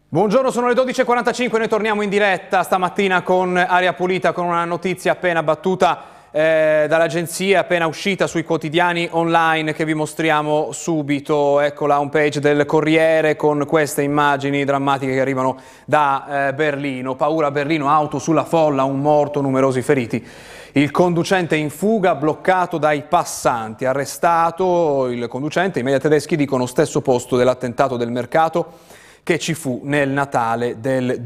Buongiorno, sono le 12:45, noi torniamo in diretta stamattina con Aria Pulita con una notizia appena battuta dall'agenzia, appena uscita sui quotidiani online che vi mostriamo subito. Ecco la homepage del Corriere con queste immagini drammatiche che arrivano da Berlino. Paura a Berlino, auto sulla folla, un morto, numerosi feriti. Il conducente in fuga bloccato dai passanti, arrestato il conducente, i media tedeschi dicono stesso posto dell'attentato del mercato che ci fu nel Natale del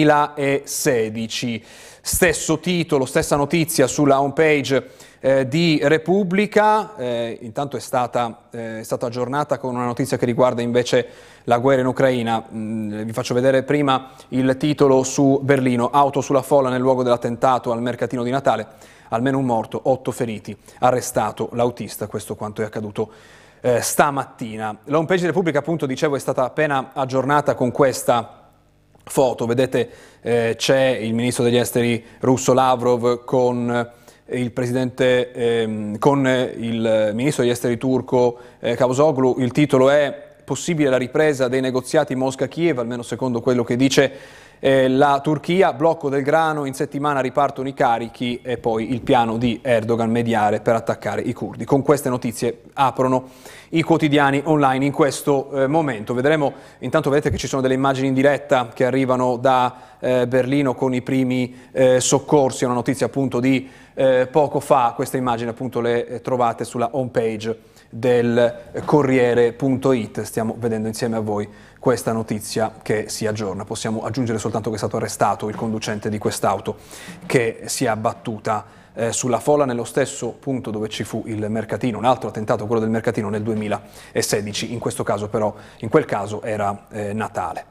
2016. Stesso titolo, stessa notizia sulla homepage di Repubblica. Intanto è stata aggiornata con una notizia che riguarda invece la guerra in Ucraina. Vi faccio vedere prima il titolo su Berlino. Auto sulla folla nel luogo dell'attentato al mercatino di Natale. Almeno un morto, 8 feriti. Arrestato l'autista. Questo quanto è accaduto stamattina. La homepage di Repubblica, appunto, dicevo, è stata appena aggiornata con questa foto. Vedete, c'è il ministro degli esteri russo Lavrov con il presidente, con il ministro degli esteri turco Cavusoglu. Il titolo è "Possibile la ripresa dei negoziati Mosca-Kiev", almeno secondo quello che dice la Turchia. Blocco del grano, in settimana ripartono i carichi, e poi il piano di Erdogan mediare per attaccare i curdi. Con queste notizie aprono i quotidiani online in questo momento. Vedremo, intanto vedete che ci sono delle immagini in diretta che arrivano da Berlino con i primi soccorsi. È una notizia appunto di poco fa. Queste immagini appunto le trovate sulla homepage del Corriere.it. Stiamo vedendo insieme a voi questa notizia che si aggiorna. Possiamo aggiungere soltanto che è stato arrestato il conducente di quest'auto che si è abbattuta sulla folla nello stesso punto dove ci fu il mercatino, un altro attentato, quello del mercatino nel 2016. In questo caso però, in quel caso era Natale.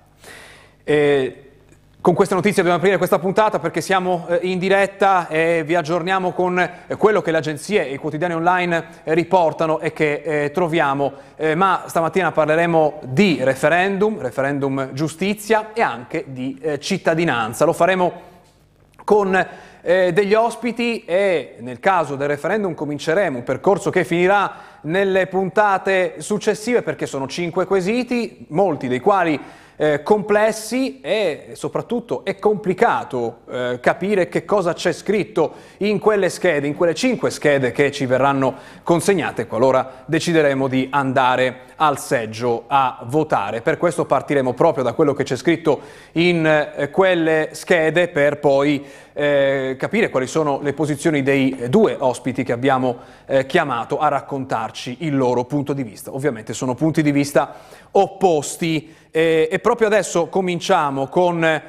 Con questa notizia dobbiamo aprire questa puntata perché siamo in diretta e vi aggiorniamo con quello che le agenzie e i quotidiani online riportano e che troviamo, ma stamattina parleremo di referendum giustizia e anche di cittadinanza. Lo faremo con degli ospiti e nel caso del referendum cominceremo un percorso che finirà nelle puntate successive perché sono 5 quesiti, molti dei quali complessi, e soprattutto è complicato capire che cosa c'è scritto in quelle schede, in quelle 5 schede che ci verranno consegnate qualora decideremo di andare al seggio a votare. Per questo partiremo proprio da quello che c'è scritto in quelle schede per poi capire quali sono le posizioni dei 2 ospiti che abbiamo chiamato a raccontarci il loro punto di vista. Ovviamente sono punti di vista opposti. E proprio adesso cominciamo con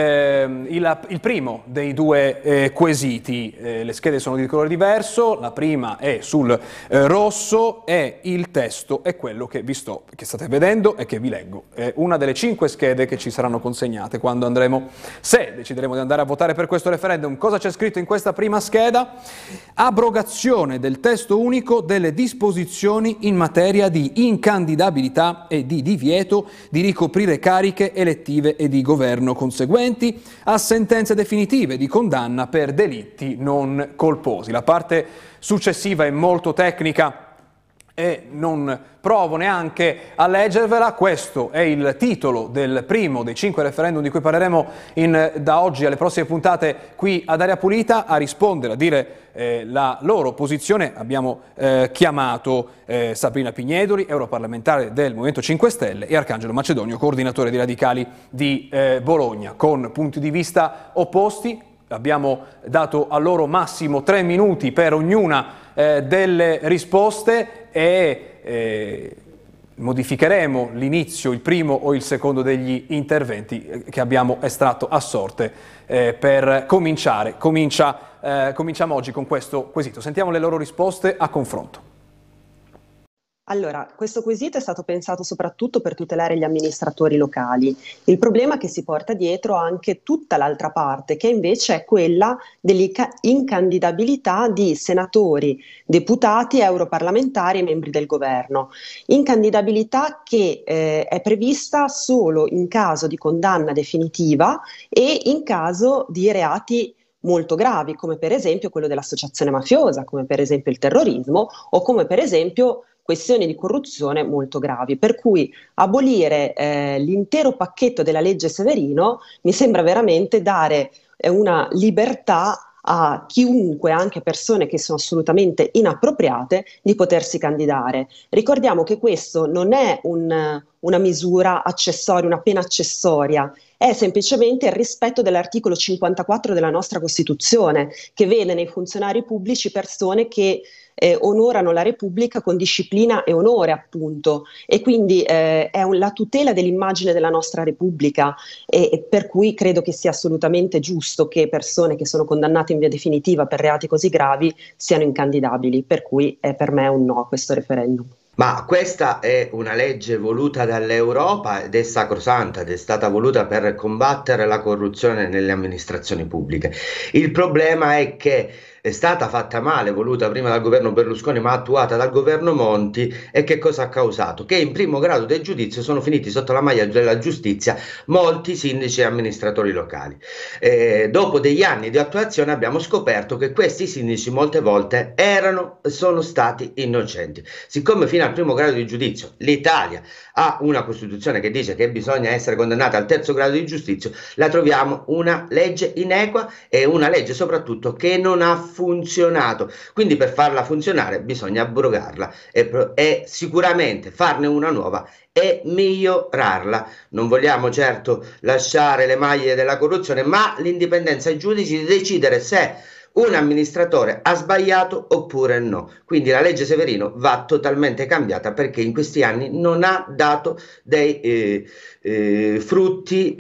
il primo dei 2 quesiti. Le schede sono di colore diverso, la prima è sul rosso e il testo è quello che che state vedendo e che vi leggo. È una delle 5 schede che ci saranno consegnate quando se decideremo di andare a votare per questo referendum. Cosa c'è scritto in questa prima scheda? Abrogazione del testo unico delle disposizioni in materia di incandidabilità e di divieto di ricoprire cariche elettive e di governo conseguenti a sentenze definitive di condanna per delitti non colposi. La parte successiva è molto tecnica e non provo neanche a leggervela. Questo è il titolo del primo dei 5 referendum di cui parleremo da oggi alle prossime puntate qui ad Aria Pulita. A rispondere, a dire la loro posizione abbiamo chiamato Sabrina Pignedoli, europarlamentare del Movimento 5 Stelle, e Arcangelo Macedonio, coordinatore dei Radicali di Bologna, con punti di vista opposti. Abbiamo dato a loro massimo 3 minuti per ognuna delle risposte e modificheremo l'inizio, il primo o il secondo degli interventi che abbiamo estratto a sorte per cominciare. Cominciamo oggi con questo quesito. Sentiamo le loro risposte a confronto. Allora, questo quesito è stato pensato soprattutto per tutelare gli amministratori locali. Il problema è che si porta dietro anche tutta l'altra parte, che invece è quella dell'incandidabilità di senatori, deputati, europarlamentari e membri del governo. Incandidabilità che è prevista solo in caso di condanna definitiva e in caso di reati molto gravi, come per esempio quello dell'associazione mafiosa, come per esempio il terrorismo o come per esempio questioni di corruzione molto gravi. Per cui abolire l'intero pacchetto della legge Severino mi sembra veramente dare una libertà a chiunque, anche persone che sono assolutamente inappropriate, di potersi candidare. Ricordiamo che questo non è una misura accessoria, una pena accessoria, è semplicemente il rispetto dell'articolo 54 della nostra Costituzione, che vede nei funzionari pubblici persone che onorano la Repubblica con disciplina e onore, appunto, e quindi è la tutela dell'immagine della nostra Repubblica, e per cui credo che sia assolutamente giusto che persone che sono condannate in via definitiva per reati così gravi siano incandidabili, per cui per me è un no a questo referendum. Ma questa è una legge voluta dall'Europa ed è sacrosanta ed è stata voluta per combattere la corruzione nelle amministrazioni pubbliche. Il problema è che è stata fatta male, voluta prima dal governo Berlusconi ma attuata dal governo Monti, e che cosa ha causato? Che in primo grado del giudizio sono finiti sotto la maglia della giustizia molti sindaci e amministratori locali. Dopo degli anni di attuazione abbiamo scoperto che questi sindaci molte volte sono stati innocenti. Siccome fino al primo grado di giudizio l'Italia ha una Costituzione che dice che bisogna essere condannati al terzo grado di giudizio, la troviamo una legge inequa e una legge soprattutto che non ha funzionato. Quindi per farla funzionare bisogna abrogarla e sicuramente farne una nuova e migliorarla. Non vogliamo certo lasciare le maglie della corruzione, ma l'indipendenza ai giudici di decidere se un amministratore ha sbagliato oppure no. Quindi la legge Severino va totalmente cambiata, perché in questi anni non ha dato dei frutti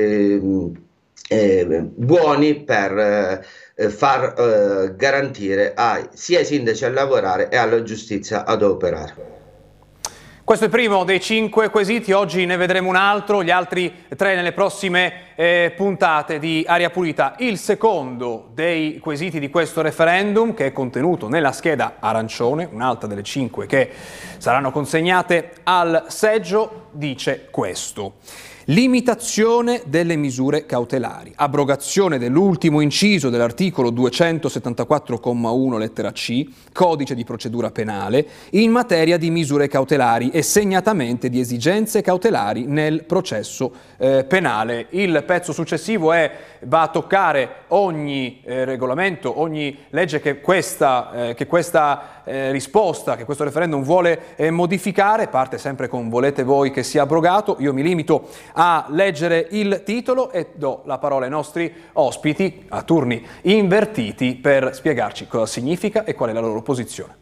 buoni per far garantire sia ai sindaci a lavorare e alla giustizia ad operare. Questo è il primo dei 5 quesiti, oggi ne vedremo un altro, gli altri 3 nelle prossime puntate di Aria Pulita. Il secondo dei quesiti di questo referendum, che è contenuto nella scheda arancione, un'altra delle 5 che saranno consegnate al seggio, dice questo: limitazione delle misure cautelari, abrogazione dell'ultimo inciso dell'articolo 274,1 lettera C, codice di procedura penale, in materia di misure cautelari e segnatamente di esigenze cautelari nel processo penale. Il pezzo successivo va a toccare ogni regolamento, ogni legge che questa risposta, che questo referendum vuole modificare. Parte sempre con "volete voi che sia abrogato". Io mi limito a leggere il titolo e do la parola ai nostri ospiti a turni invertiti per spiegarci cosa significa e qual è la loro posizione.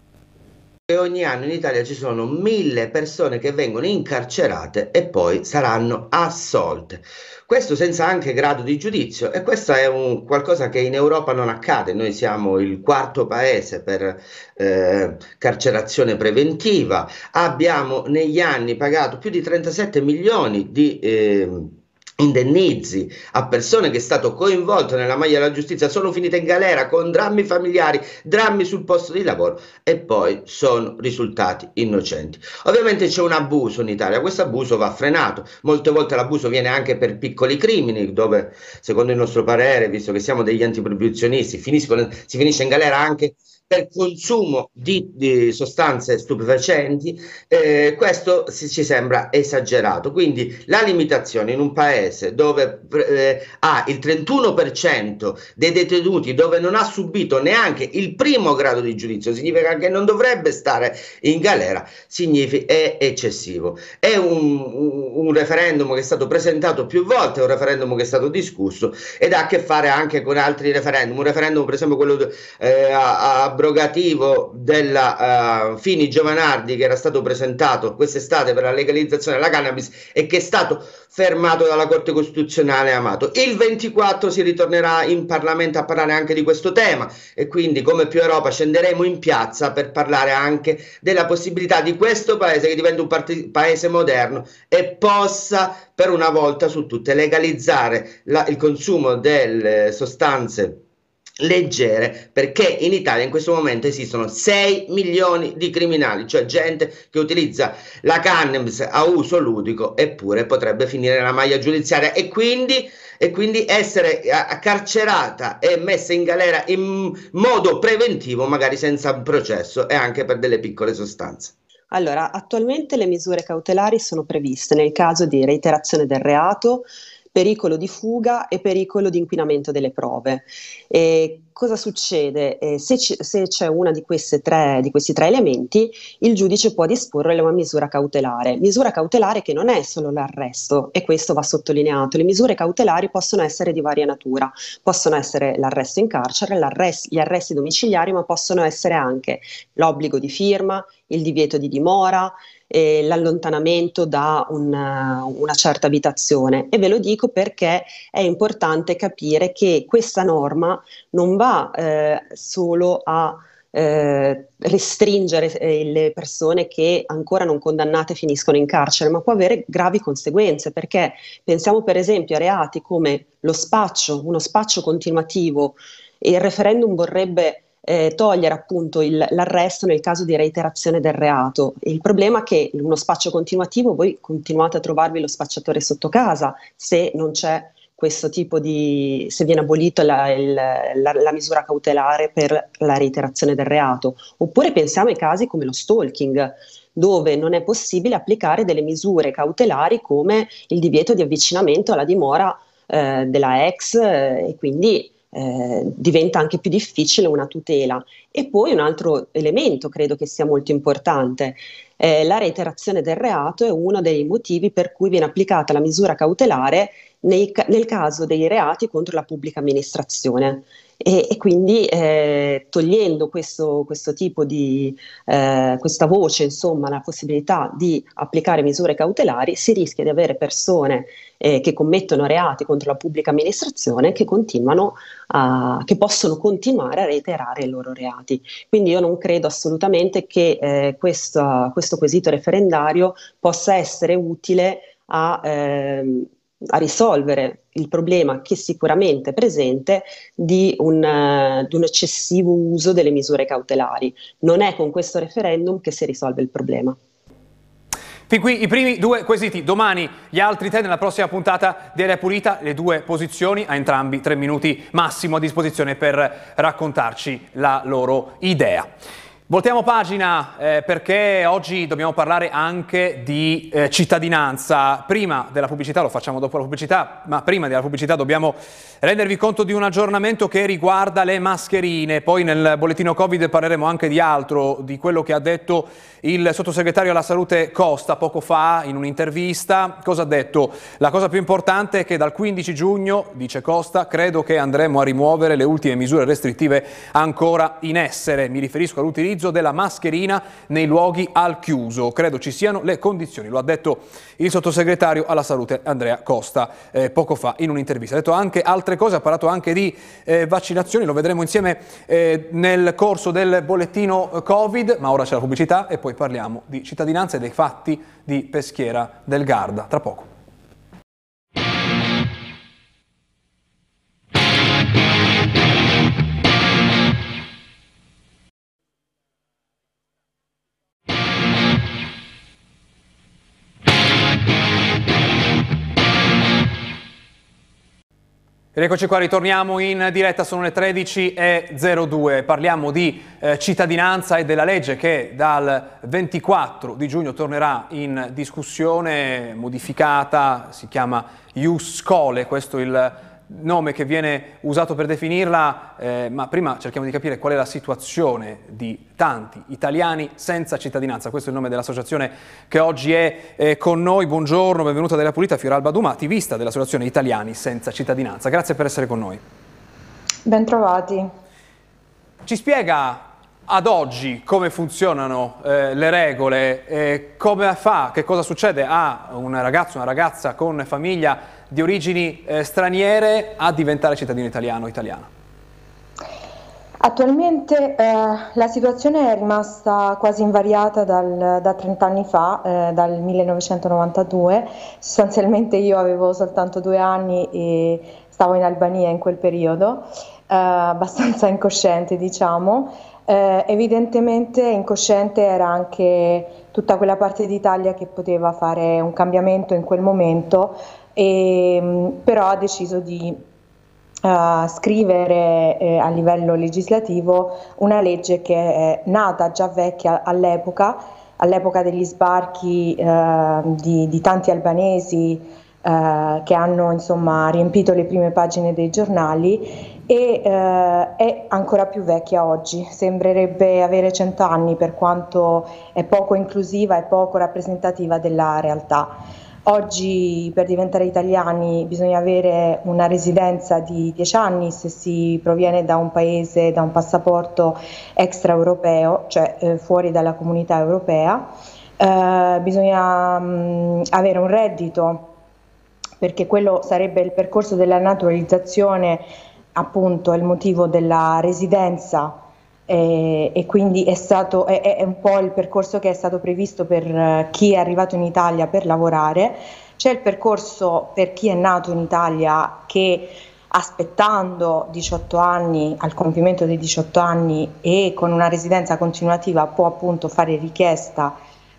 Ogni anno in Italia ci sono 1000 persone che vengono incarcerate e poi saranno assolte. Questo senza anche grado di giudizio, e questo è qualcosa che in Europa non accade. Noi siamo il 4º paese per carcerazione preventiva. Abbiamo negli anni pagato più di 37 milioni di indennizi a persone che è stato coinvolto nella maglia della giustizia, sono finite in galera con drammi familiari, drammi sul posto di lavoro e poi sono risultati innocenti. Ovviamente c'è un abuso in Italia, questo abuso va frenato. Molte volte l'abuso viene anche per piccoli crimini, dove secondo il nostro parere, visto che siamo degli antiproibizionisti, si finisce in galera anche per consumo di sostanze stupefacenti. Questo ci sembra esagerato. Quindi la limitazione in un paese dove ha il 31% dei detenuti, dove non ha subito neanche il primo grado di giudizio, significa che non dovrebbe stare in galera, è eccessivo. È un referendum che è stato presentato più volte, è un referendum che è stato discusso ed ha a che fare anche con altri referendum. Un referendum, per esempio quello abrogativo della Fini Giovanardi, che era stato presentato quest'estate per la legalizzazione della cannabis e che è stato fermato dalla Corte Costituzionale Amato. Il 24 si ritornerà in Parlamento a parlare anche di questo tema e quindi, come Più Europa, scenderemo in piazza per parlare anche della possibilità di questo paese che diventa un paese moderno e possa per una volta su tutte legalizzare il consumo delle sostanze leggere, perché in Italia in questo momento esistono 6 milioni di criminali, cioè gente che utilizza la cannabis a uso ludico eppure potrebbe finire nella maglia giudiziaria e quindi essere carcerata e messa in galera in modo preventivo, magari senza un processo e anche per delle piccole sostanze. Allora, attualmente le misure cautelari sono previste nel caso di reiterazione del reato, pericolo di fuga e pericolo di inquinamento delle prove. Cosa succede? Se c'è una di questi tre elementi, il giudice può disporre una misura cautelare che non è solo l'arresto, e questo va sottolineato. Le misure cautelari possono essere di varia natura, possono essere l'arresto in carcere, gli arresti domiciliari, ma possono essere anche l'obbligo di firma, il divieto di dimora, l'allontanamento da una certa abitazione. E ve lo dico perché è importante capire che questa norma non va solo a restringere le persone che ancora non condannate finiscono in carcere, ma può avere gravi conseguenze, perché pensiamo per esempio a reati come uno spaccio continuativo. Il referendum vorrebbe togliere appunto l'arresto nel caso di reiterazione del reato. Il problema è che in uno spaccio continuativo voi continuate a trovarvi lo spacciatore sotto casa se non c'è questo tipo se viene abolito la misura cautelare per la reiterazione del reato. Oppure pensiamo ai casi come lo stalking, dove non è possibile applicare delle misure cautelari come il divieto di avvicinamento alla dimora della ex, e quindi diventa anche più difficile una tutela. E poi un altro elemento credo che sia molto importante: la reiterazione del reato è uno dei motivi per cui viene applicata la misura cautelare nel caso dei reati contro la pubblica amministrazione. E quindi togliendo questo tipo di questa voce, insomma, la possibilità di applicare misure cautelari, si rischia di avere persone che commettono reati contro la pubblica amministrazione che possono continuare a reiterare i loro reati. Quindi io non credo assolutamente che questo quesito referendario possa essere utile a risolvere il problema, che sicuramente è presente, di un eccessivo uso delle misure cautelari. Non è con questo referendum che si risolve il problema. Fin qui i primi due quesiti, domani gli altri tre nella prossima puntata di Aria Pulita, le due posizioni, a entrambi 3 minuti massimo a disposizione per raccontarci la loro idea. Voltiamo pagina perché oggi dobbiamo parlare anche di cittadinanza. Prima della pubblicità, lo facciamo dopo la pubblicità, ma prima della pubblicità dobbiamo rendervi conto di un aggiornamento che riguarda le mascherine. Poi nel bollettino Covid parleremo anche di altro, di quello che ha detto il sottosegretario alla salute Costa poco fa in un'intervista. Cosa ha detto? La cosa più importante è che dal 15 giugno, dice Costa, credo che andremo a rimuovere le ultime misure restrittive ancora in essere. Mi riferisco all'utilizzo della mascherina nei luoghi al chiuso. Credo ci siano le condizioni, lo ha detto il sottosegretario alla salute Andrea Costa poco fa in un'intervista. Ha detto anche altre cose, ha parlato anche di vaccinazioni, lo vedremo insieme nel corso del bollettino Covid, ma ora c'è la pubblicità e poi parliamo di cittadinanza e dei fatti di Peschiera del Garda. Tra poco. Eccoci qua, ritorniamo in diretta, sono le 13:02, parliamo di cittadinanza e della legge che dal 24 di giugno tornerà in discussione, modificata, si chiama Ius Scholae, questo è il nome che viene usato per definirla, ma prima cerchiamo di capire qual è la situazione di tanti italiani senza cittadinanza. Questo è il nome dell'associazione che oggi è con noi. Buongiorno, benvenuta della Pulita, Fioralba Duma, attivista dell'associazione Italiani senza cittadinanza. Grazie per essere con noi. Bentrovati. Ci spiega ad oggi come funzionano le regole, come fa, che cosa succede a un ragazzo, una ragazza con famiglia di origini straniere a diventare cittadino italiano o italiana? Attualmente la situazione è rimasta quasi invariata da 30 anni fa, dal 1992. Sostanzialmente io avevo soltanto 2 anni e stavo in Albania in quel periodo. abbastanza incosciente, diciamo. Evidentemente incosciente era anche tutta quella parte d'Italia che poteva fare un cambiamento in quel momento, però ha deciso di scrivere a livello legislativo una legge che è nata già vecchia all'epoca degli sbarchi di tanti albanesi che hanno insomma riempito le prime pagine dei giornali, e è ancora più vecchia oggi, sembrerebbe avere 100 anni per quanto è poco inclusiva e poco rappresentativa della realtà. Oggi per diventare italiani bisogna avere una residenza di 10 anni se si proviene da un paese, da un passaporto extraeuropeo, cioè fuori dalla comunità europea. Bisogna avere un reddito, perché quello sarebbe il percorso della naturalizzazione, appunto è il motivo della residenza, e quindi è un po' il percorso che è stato previsto per chi è arrivato in Italia per lavorare. C'è il percorso per chi è nato in Italia che, aspettando 18 anni, al compimento dei 18 anni e con una residenza continuativa, può appunto fare richiesta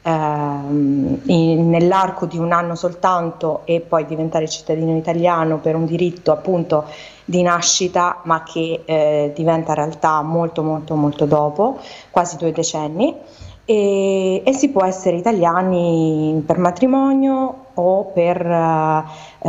nell'arco di un anno soltanto e poi diventare cittadino italiano per un diritto appunto di nascita, ma che diventa realtà molto molto molto dopo, quasi 2 decenni, e si può essere italiani per matrimonio o per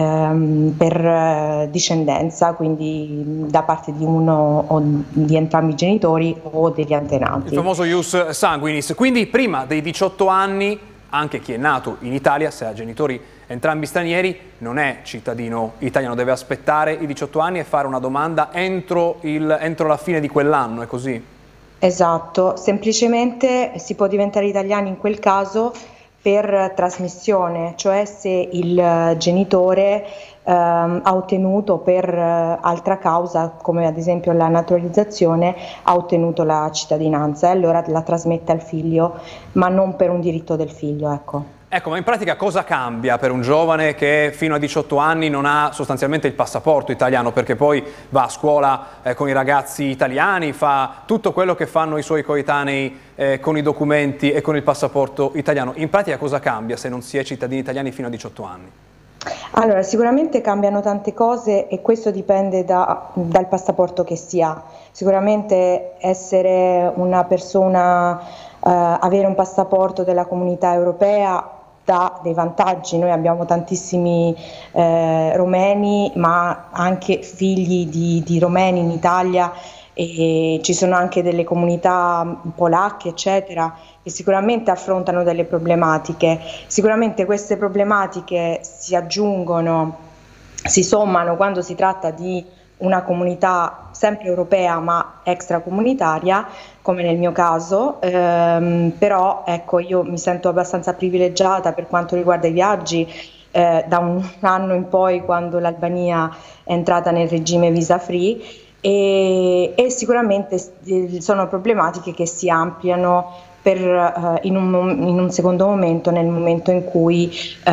discendenza, quindi da parte di uno o di entrambi i genitori o degli antenati. Il famoso ius sanguinis. Quindi prima dei 18 anni anche chi è nato in Italia, se ha genitori entrambi stranieri, non è cittadino italiano, deve aspettare i 18 anni e fare una domanda entro la fine di quell'anno, è così? Esatto, semplicemente si può diventare italiani in quel caso per trasmissione, cioè se il genitore ha ottenuto per altra causa, come ad esempio la naturalizzazione, ha ottenuto la cittadinanza e allora la trasmette al figlio, ma non per un diritto del figlio, ecco. Ecco, ma in pratica cosa cambia per un giovane che fino a 18 anni non ha sostanzialmente il passaporto italiano, perché poi va a scuola con i ragazzi italiani, fa tutto quello che fanno i suoi coetanei con i documenti e con il passaporto italiano? In pratica cosa cambia se non si è cittadini italiani fino a 18 anni? Allora, sicuramente cambiano tante cose e questo dipende dal passaporto che si ha. Sicuramente essere una persona, avere un passaporto della comunità europea dà dei vantaggi. Noi abbiamo tantissimi romeni, ma anche figli di romeni in Italia, e ci sono anche delle comunità polacche, eccetera, che sicuramente affrontano delle problematiche. Sicuramente queste problematiche si aggiungono, si sommano quando si tratta di una comunità sempre europea ma extracomunitaria, come nel mio caso, però ecco, io mi sento abbastanza privilegiata per quanto riguarda i viaggi, da un anno in poi, quando l'Albania è entrata nel regime visa free, e sicuramente sono problematiche che si ampliano in un secondo momento, nel momento in cui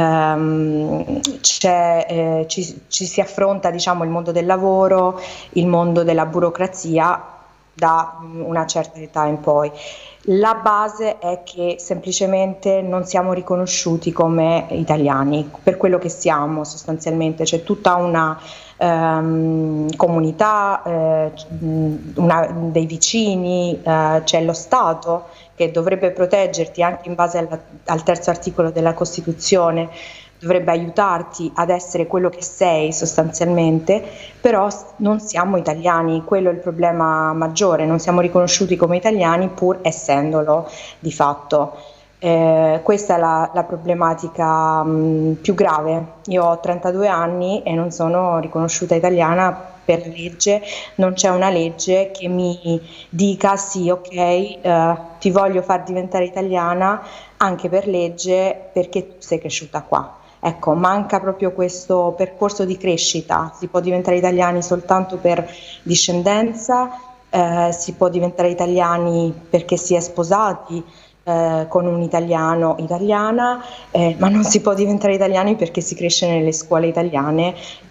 ci si affronta, diciamo, il mondo del lavoro, il mondo della burocrazia da una certa età in poi. La base è che semplicemente non siamo riconosciuti come italiani per quello che siamo sostanzialmente. C'è tutta una comunità, dei vicini, c'è lo Stato che dovrebbe proteggerti anche in base al terzo articolo della Costituzione, dovrebbe aiutarti ad essere quello che sei sostanzialmente, però non siamo italiani, quello è il problema maggiore, non siamo riconosciuti come italiani pur essendolo di fatto. Questa è la problematica più grave. Io ho 32 anni e non sono riconosciuta italiana per legge, non c'è una legge che mi dica sì, ok, ti voglio far diventare italiana anche per legge perché tu sei cresciuta qua. Ecco, manca proprio questo percorso di crescita. Si può diventare italiani soltanto per discendenza, si può diventare italiani perché si è sposati con un italiana, ma non si può diventare italiani perché si cresce nelle scuole italiane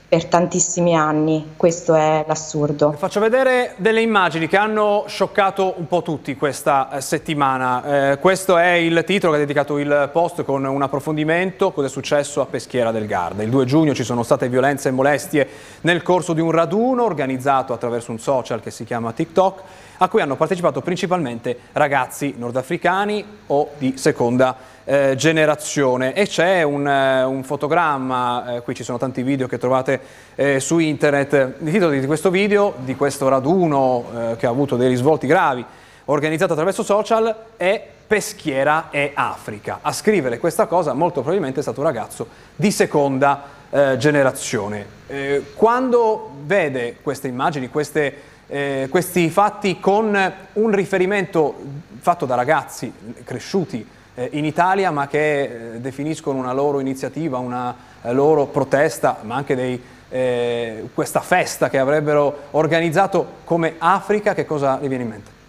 per tantissimi anni. Questo è l'assurdo. Faccio vedere delle immagini che hanno scioccato un po' tutti questa settimana. Questo è il titolo che ha dedicato il post con un approfondimento: cosa è successo a Peschiera del Garda. Il 2 giugno ci sono state violenze e molestie nel corso di un raduno organizzato attraverso un social che si chiama TikTok, a cui hanno partecipato principalmente ragazzi nordafricani o di seconda generazione, e c'è un fotogramma, qui ci sono tanti video che trovate su internet. Il titolo di questo video, di questo raduno che ha avuto dei risvolti gravi, organizzato attraverso social, è Peschiera e Africa. A scrivere questa cosa molto probabilmente è stato un ragazzo di seconda generazione. Quando vede queste immagini, questi fatti con un riferimento fatto da ragazzi cresciuti in Italia, ma che definiscono una loro iniziativa, una loro protesta, ma anche questa festa che avrebbero organizzato come Africa, che cosa le viene in mente?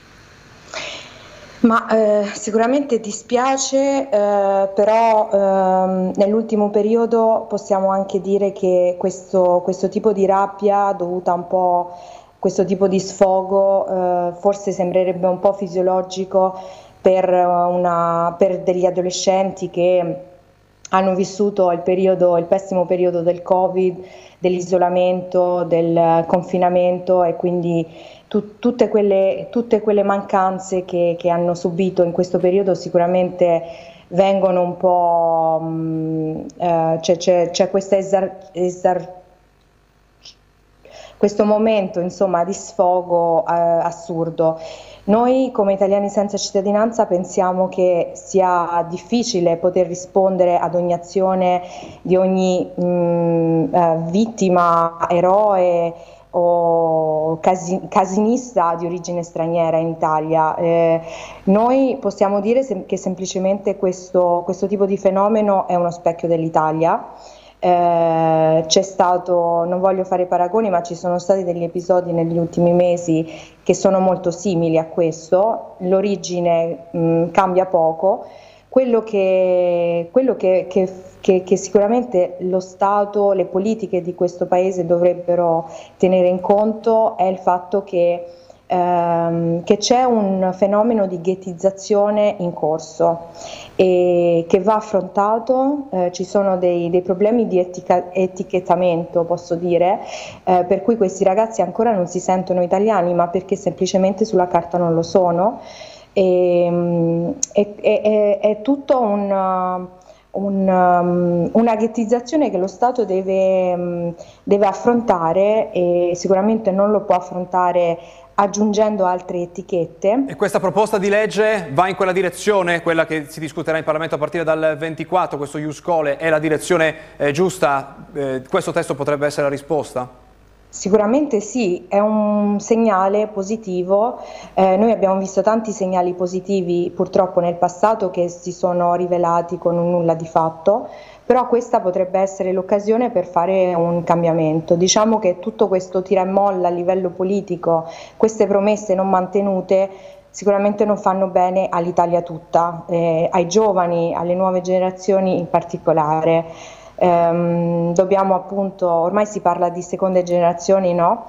Ma sicuramente dispiace, però nell'ultimo periodo possiamo anche dire che questo tipo di rabbia dovuta un po', questo tipo di sfogo forse sembrerebbe un po' fisiologico per degli adolescenti che hanno vissuto il pessimo periodo del Covid, dell'isolamento, del confinamento, e quindi tutte quelle mancanze che hanno subito in questo periodo sicuramente vengono un po', c'è questo momento, insomma, di sfogo assurdo. Noi come Italiani Senza Cittadinanza pensiamo che sia difficile poter rispondere ad ogni azione di ogni vittima, eroe o casinista di origine straniera in Italia. Noi possiamo dire che semplicemente questo tipo di fenomeno è uno specchio dell'Italia. C'è stato, non voglio fare paragoni, ma ci sono stati degli episodi negli ultimi mesi che sono molto simili a questo. L'origine cambia poco. Quello che sicuramente lo Stato, le politiche di questo Paese dovrebbero tenere in conto è il fatto che c'è un fenomeno di ghettizzazione in corso e che va affrontato. Ci sono dei problemi di etichettamento, posso dire, per cui questi ragazzi ancora non si sentono italiani, ma perché semplicemente sulla carta non lo sono. È tutto una ghettizzazione che lo Stato deve affrontare, e sicuramente non lo può affrontare aggiungendo altre etichette. E questa proposta di legge va in quella direzione, quella che si discuterà in Parlamento a partire dal 24, questo Ius Scholae, è la direzione giusta? Questo testo potrebbe essere la risposta? Sicuramente sì, è un segnale positivo. Noi abbiamo visto tanti segnali positivi purtroppo nel passato che si sono rivelati con un nulla di fatto, però questa potrebbe essere l'occasione per fare un cambiamento. Diciamo che tutto questo tira e molla a livello politico, queste promesse non mantenute, sicuramente non fanno bene all'Italia tutta, ai giovani, alle nuove generazioni in particolare. Dobbiamo appunto, ormai si parla di seconde generazioni, no?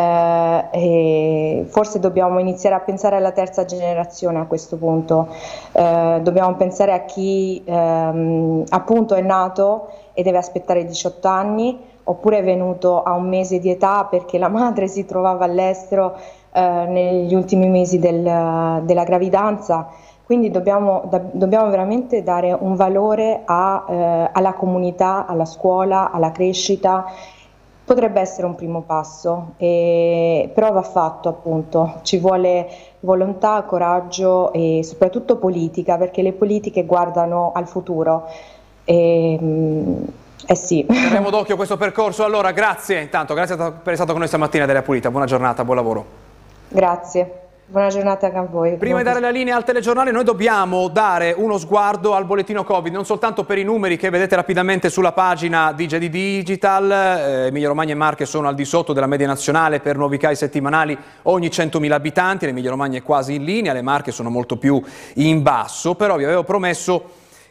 E forse dobbiamo iniziare a pensare alla terza generazione a questo punto. Dobbiamo pensare a chi appunto è nato e deve aspettare 18 anni, oppure è venuto a un mese di età perché la madre si trovava all'estero negli ultimi mesi della gravidanza. Quindi dobbiamo veramente dare un valore alla comunità, alla scuola, alla crescita. Potrebbe essere un primo passo, però va fatto, appunto. Ci vuole volontà, coraggio e soprattutto politica, perché le politiche guardano al futuro. Sì. Terremo d'occhio questo percorso. Allora, grazie intanto, grazie per essere stato con noi stamattina, Dalia Pulita. Buona giornata, buon lavoro. Grazie. Buona giornata anche a voi. Prima di dare la linea al telegiornale, noi dobbiamo dare uno sguardo al bollettino Covid, non soltanto per i numeri che vedete rapidamente sulla pagina di GD Digital. Emilia Romagna e Marche sono al di sotto della media nazionale per nuovi casi settimanali ogni 100.000 abitanti, l'Emilia Romagna è quasi in linea, le Marche sono molto più in basso, però vi avevo promesso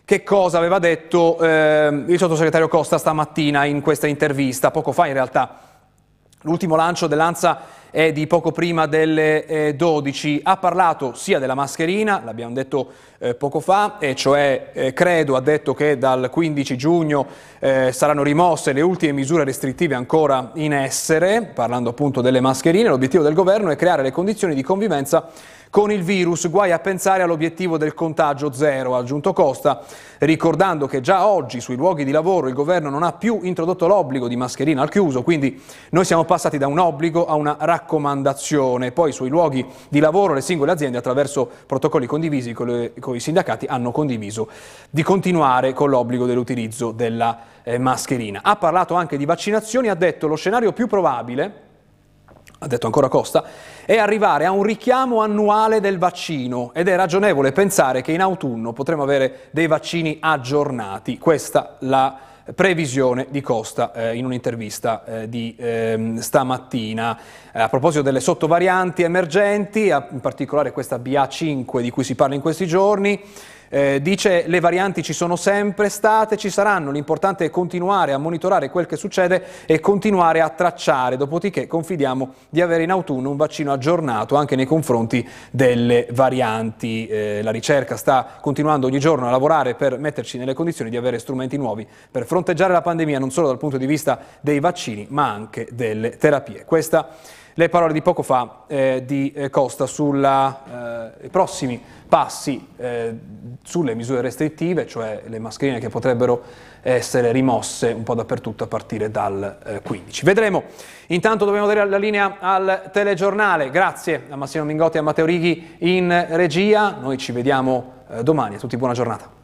che cosa aveva detto il sottosegretario Costa stamattina in questa intervista, poco fa in realtà. L'ultimo lancio dell'ANSA è di poco prima delle 12. Ha parlato sia della mascherina, l'abbiamo detto poco fa, e cioè Credo ha detto che dal 15 giugno saranno rimosse le ultime misure restrittive ancora in essere, parlando appunto delle mascherine. L'obiettivo del governo è creare le condizioni di convivenza con il virus, guai a pensare all'obiettivo del contagio zero, ha aggiunto Costa, ricordando che già oggi sui luoghi di lavoro il governo non ha più introdotto l'obbligo di mascherina al chiuso, quindi noi siamo passati da un obbligo a una raccomandazione. Poi sui luoghi di lavoro le singole aziende, attraverso protocolli condivisi con i sindacati, hanno condiviso di continuare con l'obbligo dell'utilizzo della mascherina. Ha parlato anche di vaccinazioni, ha detto lo scenario più probabile, ha detto ancora Costa, è arrivare a un richiamo annuale del vaccino ed è ragionevole pensare che in autunno potremo avere dei vaccini aggiornati. Questa la previsione di Costa in un'intervista di stamattina. A proposito delle sottovarianti emergenti, in particolare questa BA5 di cui si parla in questi giorni, dice le varianti ci sono sempre state, ci saranno, l'importante è continuare a monitorare quel che succede e continuare a tracciare, dopodiché confidiamo di avere in autunno un vaccino aggiornato anche nei confronti delle varianti. La ricerca sta continuando ogni giorno a lavorare per metterci nelle condizioni di avere strumenti nuovi per fronteggiare la pandemia non solo dal punto di vista dei vaccini ma anche delle terapie. Questa le parole di poco fa di Costa sui prossimi passi sulle misure restrittive, cioè le mascherine che potrebbero essere rimosse un po' dappertutto a partire dal 15. Vedremo. Intanto dobbiamo dare la linea al telegiornale. Grazie a Massimo Mingotti e a Matteo Righi in regia. Noi ci vediamo domani. A tutti buona giornata.